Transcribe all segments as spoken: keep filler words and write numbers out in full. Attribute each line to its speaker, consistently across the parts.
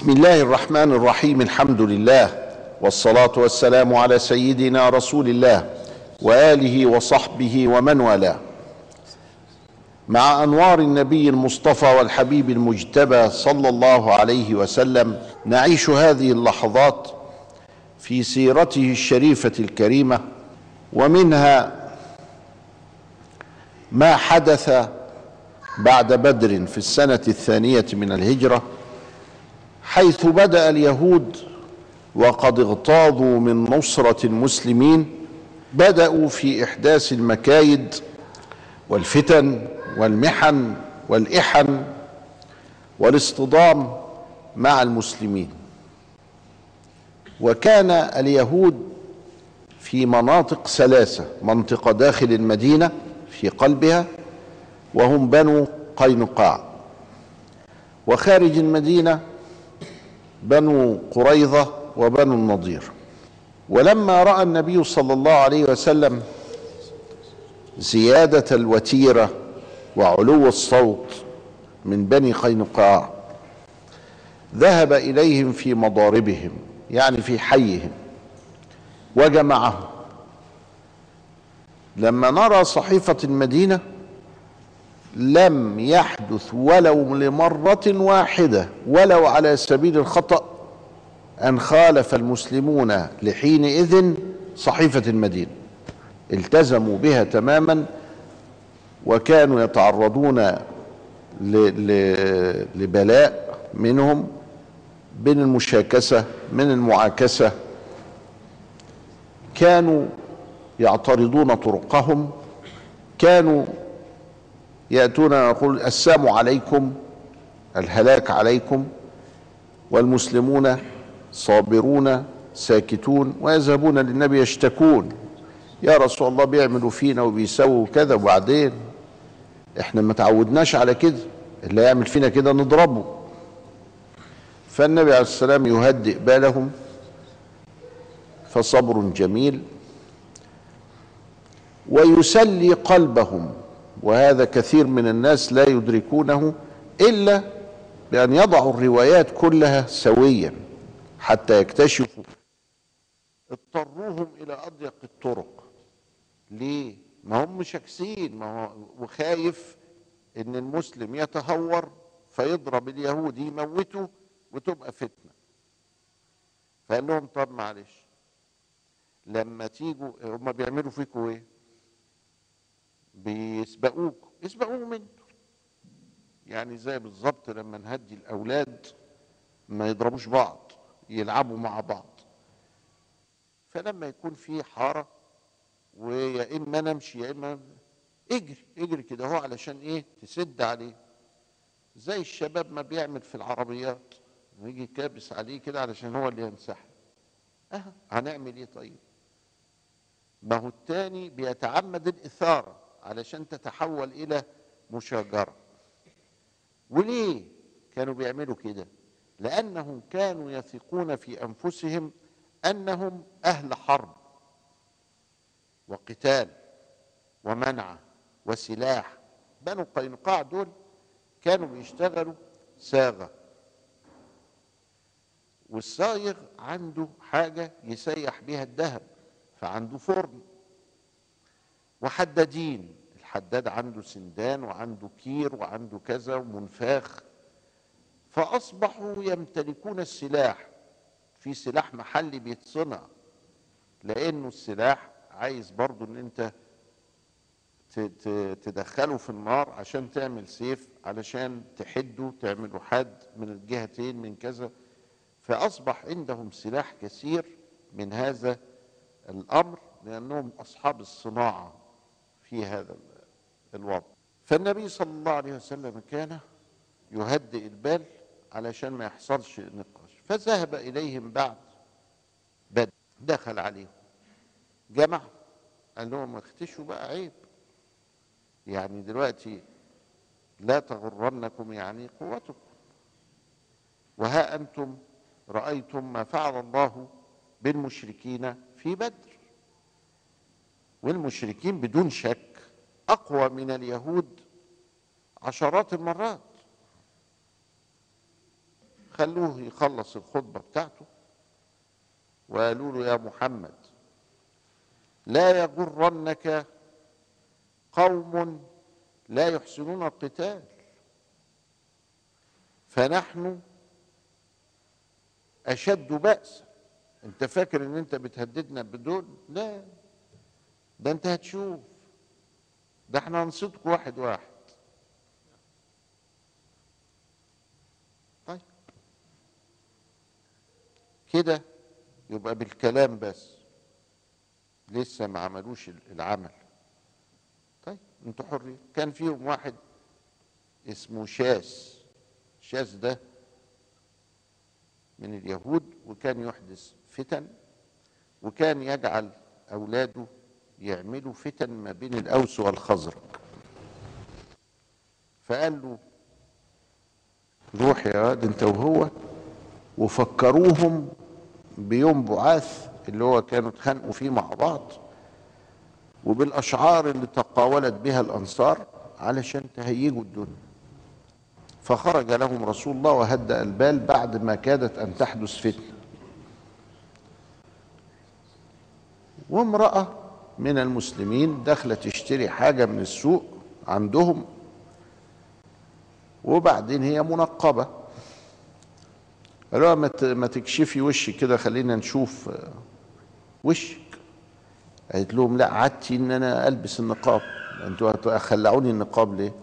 Speaker 1: بسم الله الرحمن الرحيم. الحمد لله والصلاة والسلام على سيدنا رسول الله وآله وصحبه ومن والاه. مع أنوار النبي المصطفى والحبيب المجتبى صلى الله عليه وسلم نعيش هذه اللحظات في سيرته الشريفة الكريمة، ومنها ما حدث بعد بدر في السنة الثانية من الهجرة، حيث بدأ اليهود وقد اغتاظوا من نصرة المسلمين بدأوا في إحداث المكايد والفتن والمحن والإحن والاصطدام مع المسلمين. وكان اليهود في مناطق ثلاثة: منطقة داخل المدينة في قلبها وهم بنو قينقاع، وخارج المدينة بنو قريظة وبنو النضير. ولما رأى النبي صلى الله عليه وسلم زيادة الوتيرة وعلو الصوت من بني قينقاع ذهب إليهم في مضاربهم، يعني في حيهم، وجمعهم. لما نرى صحيفة المدينة لم يحدث ولو لمرة واحدة ولو على سبيل الخطأ أن خالف المسلمون لحينئذ صحيفة المدينة، التزموا بها تماما، وكانوا يتعرضون لبلاء منهم من المشاكسة، من المعاكسة. كانوا يعترضون طرقهم، كانوا يأتون يقول السام عليكم، الهلاك عليكم، والمسلمون صابرون ساكتون، ويذهبون للنبي يشتكون: يا رسول الله بيعملوا فينا وبيسووا كذا، وبعدين احنا ما تعودناش على كده، اللي يعمل فينا كده نضربه. فالنبي عليه السلام يهدئ بالهم، فصبر جميل، ويسلي قلبهم. وهذا كثير من الناس لا يدركونه إلا بأن يضعوا الروايات كلها سويا حتى يكتشفوا. اضطروهم إلى أضيق الطرق. ليه؟ ما هم شاكسين، ما هو وخايف إن المسلم يتهور فيضرب اليهود يموته وتبقى فتنة. فقال لهم طب معلش، لما تيجوا هم بيعملوا فيكم ايه؟ بيسبقوكم، يسبقوهم انتوا. يعني زي بالظبط لما نهدي الاولاد ما يضربوش بعض، يلعبوا مع بعض. فلما يكون في حاره ويا اما نمشي يا اما اجري اجري كده هو، علشان ايه؟ تسد عليه. زي الشباب ما بيعمل في العربيات، يجي كابس عليه كده علشان هو اللي ينسحب. اه هنعمل ايه طيب؟ ما هو التاني بيتعمد الاثاره علشان تتحول الى مشاجره. وليه كانوا بيعملوا كده؟ لانهم كانوا يثقون في انفسهم انهم اهل حرب وقتال ومنع وسلاح. بنو قينقاع دول كانوا بيشتغلوا صاغه، والصايغ عنده حاجه يسيح بيها الذهب، فعنده فرن. وحدادين، الحداد عنده سندان وعنده كير وعنده كذا ومنفاخ. فأصبحوا يمتلكون السلاح. في سلاح محلي بيتصنع، لأنه السلاح عايز برضو ان انت تدخله في النار عشان تعمل سيف، علشان تحده، تعمله حد من الجهتين من كذا. فأصبح عندهم سلاح كثير من هذا الأمر، لأنهم أصحاب الصناعة في هذا الوضع. فالنبي صلى الله عليه وسلم كان يهدئ البال علشان ما يحصلش نقاش. فذهب إليهم بعد بدر، دخل عليهم جمع، قال لهم اختشوا بقى، عيب يعني دلوقتي لا تغرنكم يعني قوتكم، وها أنتم رأيتم ما فعل الله بالمشركين في بدر. والمشركين بدون شك أقوى من اليهود عشرات المرات. خلوه يخلص الخطبة بتاعته وقالوا له يا محمد لا يغرنك قوم لا يحسنون القتال، فنحن أشد بأسا. انت فاكر ان انت بتهددنا بدول؟ لا، ده انت هتشوف، ده احنا هنصدق واحد واحد. طيب كده يبقى بالكلام بس، لسه ما عملوش العمل. طيب انتوا حرين. كان فيهم واحد اسمه شاس، شاس ده من اليهود، وكان يحدث فتن، وكان يجعل اولاده يعملوا فتن ما بين الاوس والخزرج. فقال له روح يا واد انت وهو وفكروهم بيوم بعاث اللي هو كانوا اتخانقوا فيه مع بعض، وبالاشعار اللي تقاولت بها الانصار علشان تهيجوا الدنيا. فخرج لهم رسول الله وهدأ البال بعد ما كادت ان تحدث فتنه. وامرأة من المسلمين داخلة تشتري حاجة من السوق عندهم، وبعدين هي منقبة، قالوا لها ما تكشفي وشك كده خلينا نشوف وشك. قالت لهم لا، عدتي ان انا البس النقاب، انتوا هتخلعوني النقاب ليه؟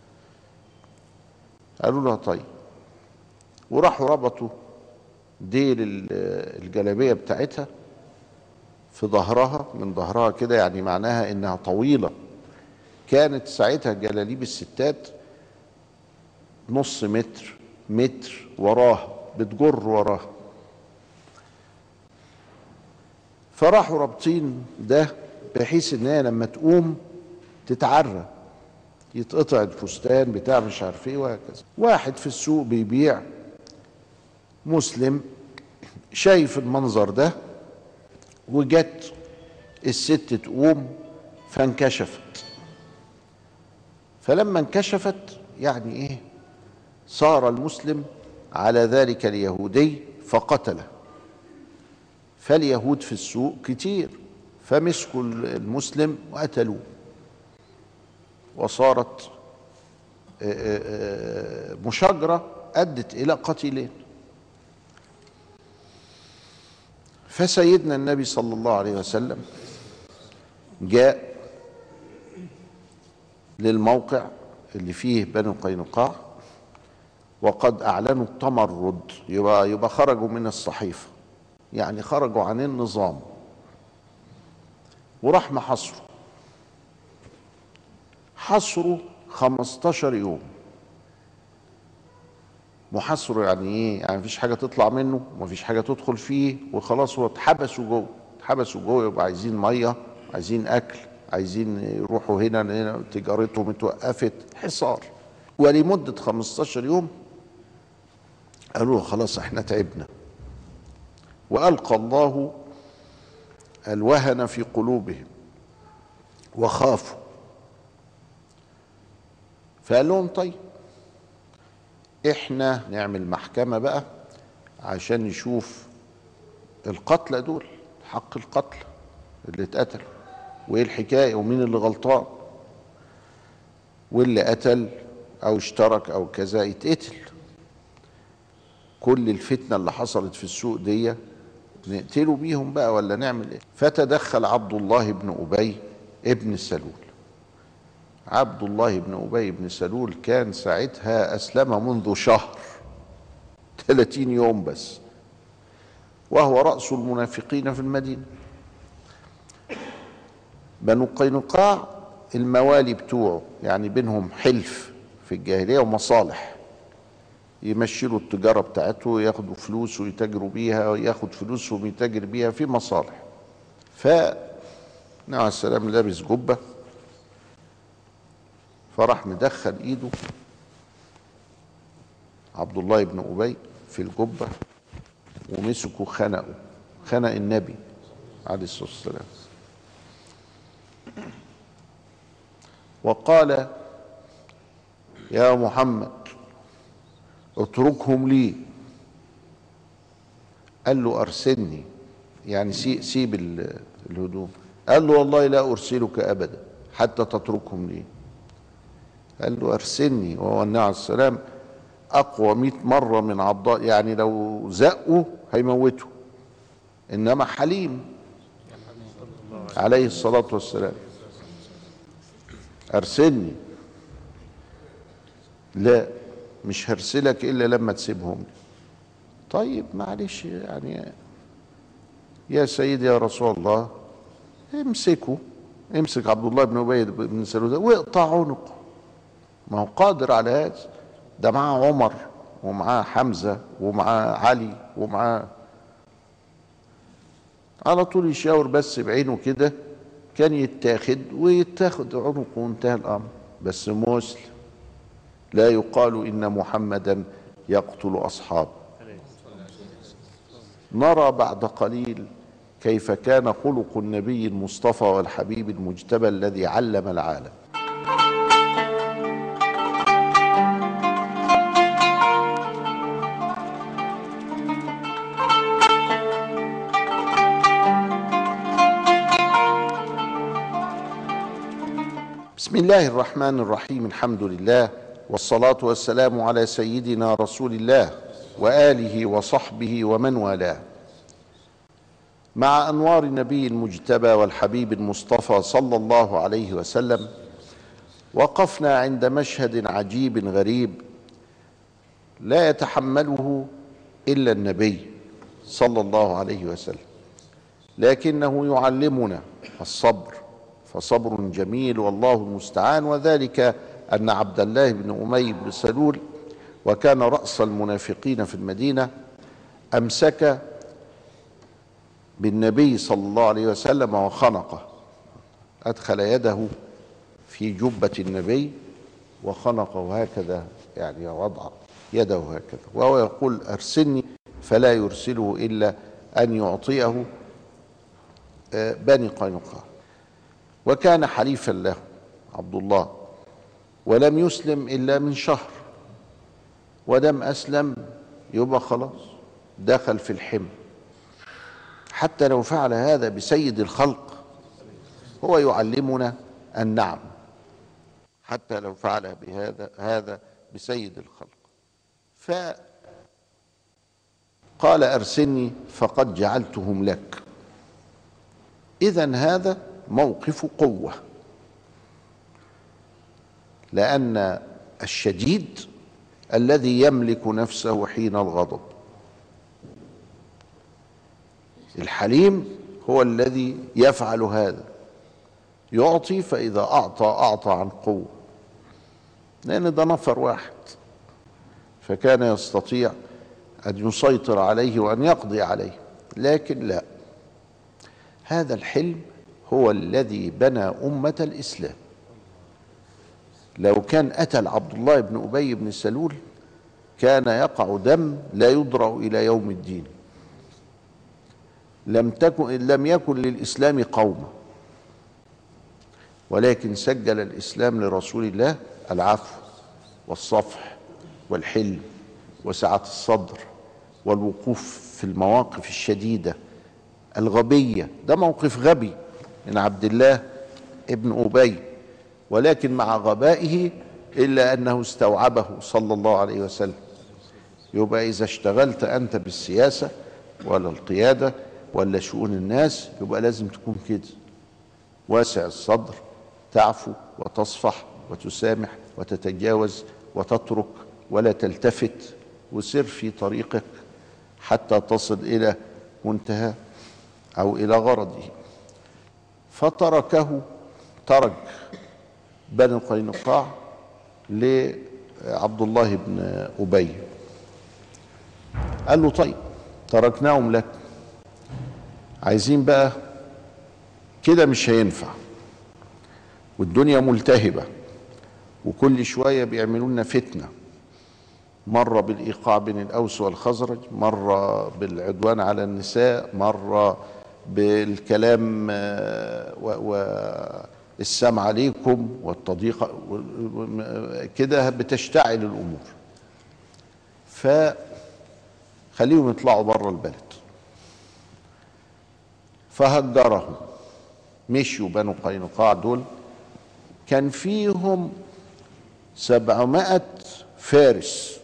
Speaker 1: قالوا لها طيب. وراحوا ربطوا ديل الجلابيه بتاعتها في ظهرها، من ظهرها كده، يعني معناها انها طويله. كانت ساعتها جلاليب الستات نص متر متر وراها، بتجر وراها. فراحوا رابطين ده بحيث ان هي لما تقوم تتعرى، يتقطع الفستان بتاع مش عارف ايه وهكذا. واحد في السوق بيبيع مسلم شايف المنظر ده، وجت الست تقوم فانكشفت. فلما انكشفت يعني ايه، صار المسلم على ذلك اليهودي فقتله. فاليهود في السوق كتير، فمسكوا المسلم وقتلوه، وصارت مشاجرة أدت إلى قتيلين. فسيدنا النبي صلى الله عليه وسلم جاء للموقع اللي فيه بنو قينقاع، وقد أعلنوا التمرد، يبقى, يبقى خرجوا من الصحيفة، يعني خرجوا عن النظام، وراح محاصره. حصروا خمستاشر يوم. محاصره يعني ايه؟ يعني مفيش حاجه تطلع منه ومفيش حاجه تدخل فيه وخلاص، هو اتحبسوا جوه. اتحبسوا جوه يبقى عايزين ميه، عايزين اكل، عايزين يروحوا هنا هنا، تجارتهم اتوقفت، حصار. ولمده خمستاشر يوم قالوا له خلاص احنا تعبنا. والقى الله الوهن في قلوبهم وخافوا. فقال لهم طيب احنا نعمل محكمة بقى عشان نشوف القتلى دول، حق القتل اللي اتقتلوا، وايه الحكاية ومين اللي غلطان، واللي قتل او اشترك او كذا يتقتل. كل الفتنة اللي حصلت في السوق دي نقتلوا بيهم بقى ولا نعمل ايه؟ فتدخل عبد الله بن أبي ابن سلول. عبد الله بن أبي بن سلول كان ساعتها أسلم منذ شهر، ثلاثين يوم بس، وهو رأس المنافقين في المدينة. بنو قينقاع الموالي بتوعه، يعني بينهم حلف في الجاهلية ومصالح، يمشيلوا التجارة بتاعته، ياخدوا فلوس ويتاجروا بيها، وياخد فلوسهم ويتاجر بيها في مصالح. فالنبي عليه السلام لابس جبة، فراح مدخل ايده عبد الله بن أبي في الجبة ومسكوا خنقوا، خنق النبي عليه الصلاة والسلام، وقال يا محمد اتركهم لي قال له أرسلني، يعني سيب الهدوم. قال له والله لا أرسلك أبدا حتى تتركهم لي. قال له أرسلني، وهو النبي عليه السلام أقوى مئة مرة من عضاء، يعني لو زقوا هيموته، إنما حليم عليه الصلاة والسلام. أرسلني، لا مش هرسلك إلا لما تسيبهم لي. طيب معلش يعني يا سيدي يا رسول الله، امسكه، امسك عبد الله بن أبي بن سلول واقطع عنقه، ما هو قادر على هذا، ده معاه عمر ومعاه حمزة ومعاه علي ومعاه، على طول يشاور بس بعينه كده كان يتاخد ويتاخد عنقه وانتهى الأمر. بس مسلم لا يقال إن محمدا يقتل أصحابه. نرى بعد قليل كيف كان خلق النبي المصطفى والحبيب المجتبى الذي علم العالم. بسم الله الرحمن الرحيم، الحمد لله والصلاة والسلام على سيدنا رسول الله وآله وصحبه ومن والاه. مع أنوار النبي المجتبى والحبيب المصطفى صلى الله عليه وسلم وقفنا عند مشهد عجيب غريب لا يتحمله إلا النبي صلى الله عليه وسلم، لكنه يعلمنا الصبر، فصبر جميل والله المستعان. وذلك أن عبد الله بن أمي بن سلول، وكان رأس المنافقين في المدينة، أمسك بالنبي صلى الله عليه وسلم وخنقه، أدخل يده في جبة النبي وخنقه هكذا، يعني وضع يده هكذا، وهو يقول أرسلني، فلا يرسله إلا أن يعطيه بني قينقاع. وكان حليفا له عبد الله، ولم يسلم إلا من شهر، ودم أسلم يبقى خلاص دخل في الحمى. حتى لو فعل هذا بسيد الخلق هو يعلمنا النعم، حتى لو فعل بهذا هذا بسيد الخلق. فقال أرسلني فقد جعلتهم لك. إذن هذا موقف قوة، لأن الشديد الذي يملك نفسه حين الغضب، الحليم هو الذي يفعل هذا، يعطي، فإذا أعطى أعطى عن قوة، لأن ده نفر واحد، فكان يستطيع أن يسيطر عليه وأن يقضي عليه. لكن لا، هذا الحلم هو الذي بنى أمة الإسلام. لو كان قتل عبد الله بن أبي بن سلول كان يقع دم لا يدرأ إلى يوم الدين. لم تكن لم يكن للإسلام قومة، ولكن سجل الإسلام لرسول الله العفو والصفح والحلم وسعة الصدر والوقوف في المواقف الشديدة الغبية. ده موقف غبي من عبد الله ابن أبي، ولكن مع غبائه إلا أنه استوعبه صلى الله عليه وسلم. يبقى إذا اشتغلت أنت بالسياسة ولا القيادة ولا شؤون الناس يبقى لازم تكون كده، واسع الصدر، تعفو وتصفح وتسامح وتتجاوز وتترك ولا تلتفت، وسر في طريقك حتى تصل إلى منتهى أو إلى غرضه. فتركه، ترك بني قينقاع لعبد الله بن أبي. قال له طيب تركناهم لك، عايزين بقى كده مش هينفع، والدنيا ملتهبة وكل شوية بيعملوا لنا فتنة، مرة بالإيقاع بين الأوس والخزرج، مرة بالعدوان على النساء، مرة بالكلام والسمع عليكم والتضييق، كده بتشتعل الأمور. فخليهم يطلعوا بره البلد. فهجرهم، مشيوا بنو قينقاع دول. كان فيهم سبعمائة فارس،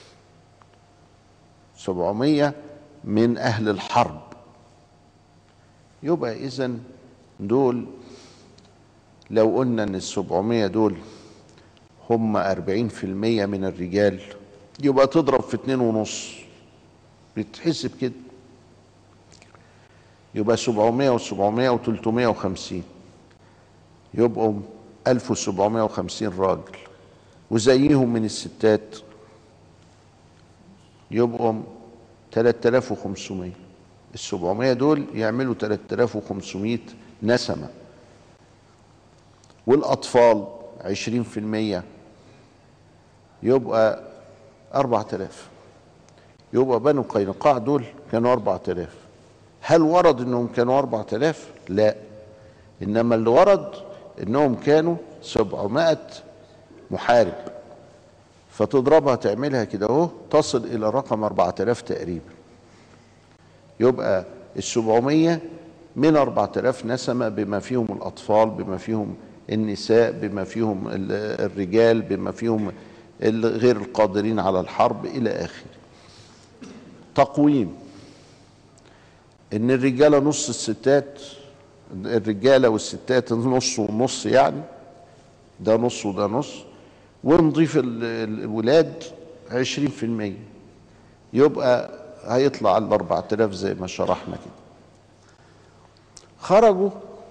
Speaker 1: سبعمائة من أهل الحرب. يبقى إذن دول لو قلنا إن السبعمائة دول هم أربعين في المية من الرجال، يبقى تضرب في اتنين ونص، بتحسب كده. يبقى سبعمائة وسبعمائة وتلتمائة وخمسين، يبقوا ألف وسبعمائة وخمسين راجل، وزيهم من الستات يبقوا ثلاثة آلاف وخمسمائة. السبعمائة دول يعملوا ثلاثة آلاف وخمسمائة نسمة، والأطفال عشرين في المية يبقى أربعة آلاف. يبقى بنو قينقاع دول كانوا أربعة آلاف. هل ورد انهم كانوا أربعة آلاف؟ لا، انما اللي ورد انهم كانوا سبعمائة محارب، فتضربها تعملها كده اهو تصل الى رقم أربعة آلاف تقريبا. يبقى السبعمائة من أربعة آلاف نسمة، بما فيهم الأطفال، بما فيهم النساء، بما فيهم الرجال، بما فيهم غير القادرين على الحرب إلى آخره. تقويم إن الرجالة نص، الستات الرجالة والستات نص ونص، يعني ده نص وده نص، ونضيف الولاد عشرين في المية، يبقى هيطلع على أربعة آلاف زي ما شرحنا كده. خرجوا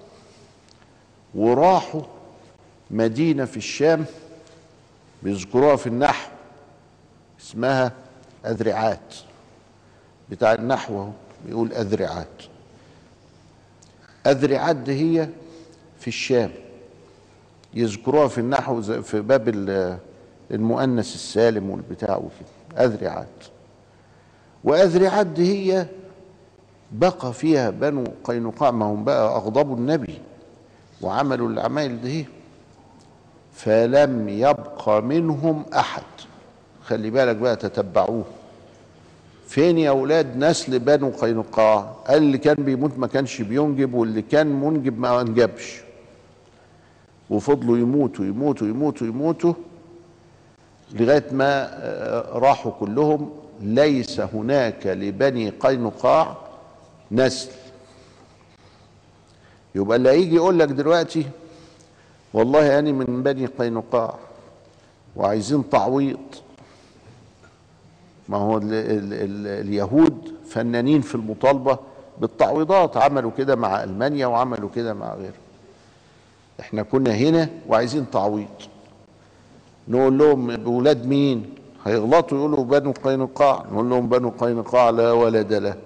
Speaker 1: وراحوا مدينة في الشام بيذكروها في النحو، اسمها أذرعات. بتاع النحو اهو بيقول أذرعات. أذرعات دي هي في الشام، يذكروها في النحو في باب المؤنث السالم والبتاع وكده، أذرعات. وأذرعات دي هي بقى فيها بنو قينقاع، ما هم بقى أغضبوا النبي وعملوا العمايل دي، فلم يبقى منهم أحد. خلي بالك بقى، تتبعوه. فين يا أولاد نسل بنو قينقاع؟ قال اللي كان بيموت ما كانش بينجب، واللي كان منجب ما انجبش. وفضلوا يموتوا يموتوا يموتوا يموتوا لغاية ما راحوا كلهم. ليس هناك لبني قينقاع نسل. يبقى اللي هيجي يقول لك دلوقتي والله أنا من بني قينقاع وعايزين تعويض، ما هو ال ال ال اليهود فنانين في المطالبة بالتعويضات، عملوا كده مع ألمانيا وعملوا كده مع غيره. احنا كنا هنا وعايزين تعويض، نقول لهم بولاد مين؟ هيغلطوا يقولوا بنو قينقاع، نقول لهم بنو قينقاع لا ولد له.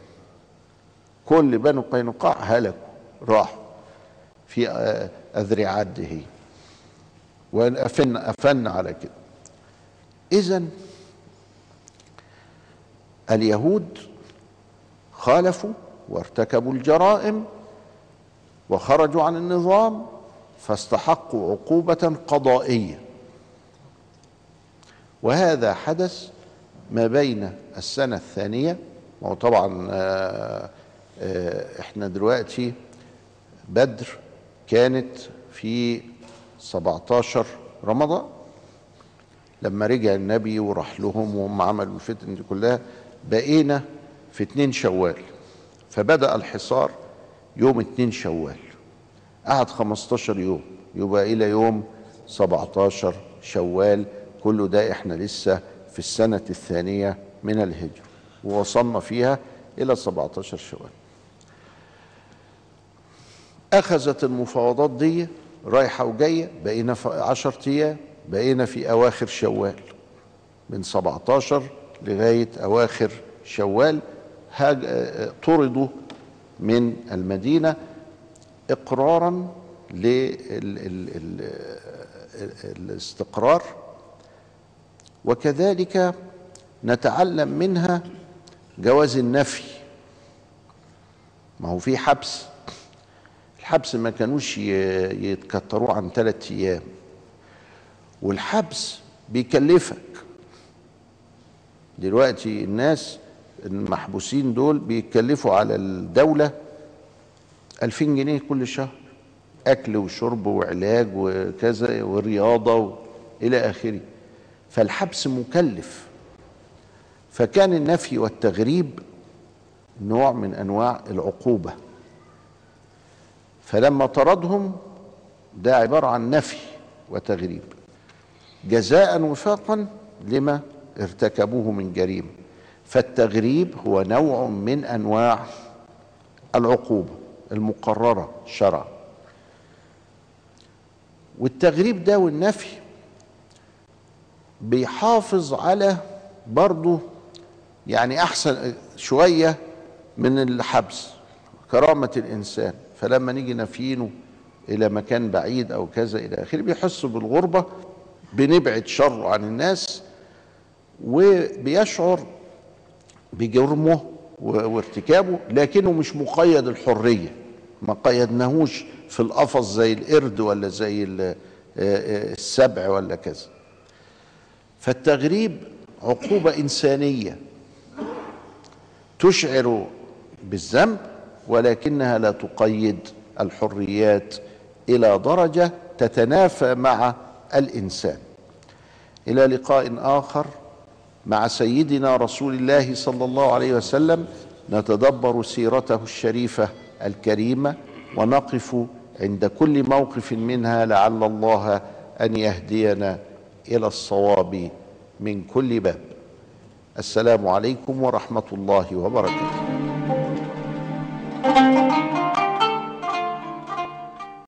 Speaker 1: كل بنو قينقاع هلكوا، راحوا في أذرعات دي، وأفن أفن على كده. إذن اليهود خالفوا وارتكبوا الجرائم وخرجوا عن النظام، فاستحقوا عقوبة قضائية. وهذا حدث ما بين السنة الثانية، وطبعا احنا دلوقتي بدر كانت في سبعتاشر رمضان لما رجع النبي وراح لهم وهم عملوا الفتن دي كلها. بقينا في اتنين شوال، فبدأ الحصار يوم اتنين شوال، قعد خمستاشر يوم، يبقى إلى يوم سبعتاشر شوال. كله ده احنا لسه في السنة الثانية من الهجرة، ووصلنا فيها إلى سبعتاشر شوال. أخذت المفاوضات دي رايحة وجاية، بقينا في عشر أيام، بقينا في أواخر شوال، من سبعتاشر لغاية أواخر شوال. طردوا من المدينة إقرارا للاستقرار. وكذلك نتعلم منها جواز النفي. ما هو في حبس، الحبس ما كانوش يتكتروا عن ثلاثة أيام، والحبس بيكلفك. دلوقتي الناس المحبوسين دول بيتكلفوا على الدولة ألفين جنيه كل شهر، أكل وشرب وعلاج وكذا ورياضة إلى آخره. فالحبس مكلف. فكان النفي والتغريب نوع من أنواع العقوبة. فلما طردهم ده عبارة عن نفي وتغريب جزاء وفاقا لما ارتكبوه من جريمة. فالتغريب هو نوع من أنواع العقوبة المقررة شرعا. والتغريب ده والنفي بيحافظ على برضه يعني أحسن شوية من الحبس، كرامة الإنسان. فلما نيجي نفينه إلى مكان بعيد أو كذا إلى آخره بيحس بالغربة، بنبعد شره عن الناس، وبيشعر بجرمه وارتكابه، لكنه مش مقيد الحرية، ما قيدناهوش في القفص زي القرد ولا زي السبع ولا كذا. فالتغريب عقوبة إنسانية تشعر بالذنب، ولكنها لا تقيد الحريات إلى درجة تتنافى مع الإنسان. إلى لقاء آخر مع سيدنا رسول الله صلى الله عليه وسلم، نتدبر سيرته الشريفة الكريمة، ونقف عند كل موقف منها لعل الله أن يهدينا إلى الصواب من كل باب. السلام عليكم ورحمة الله وبركاته.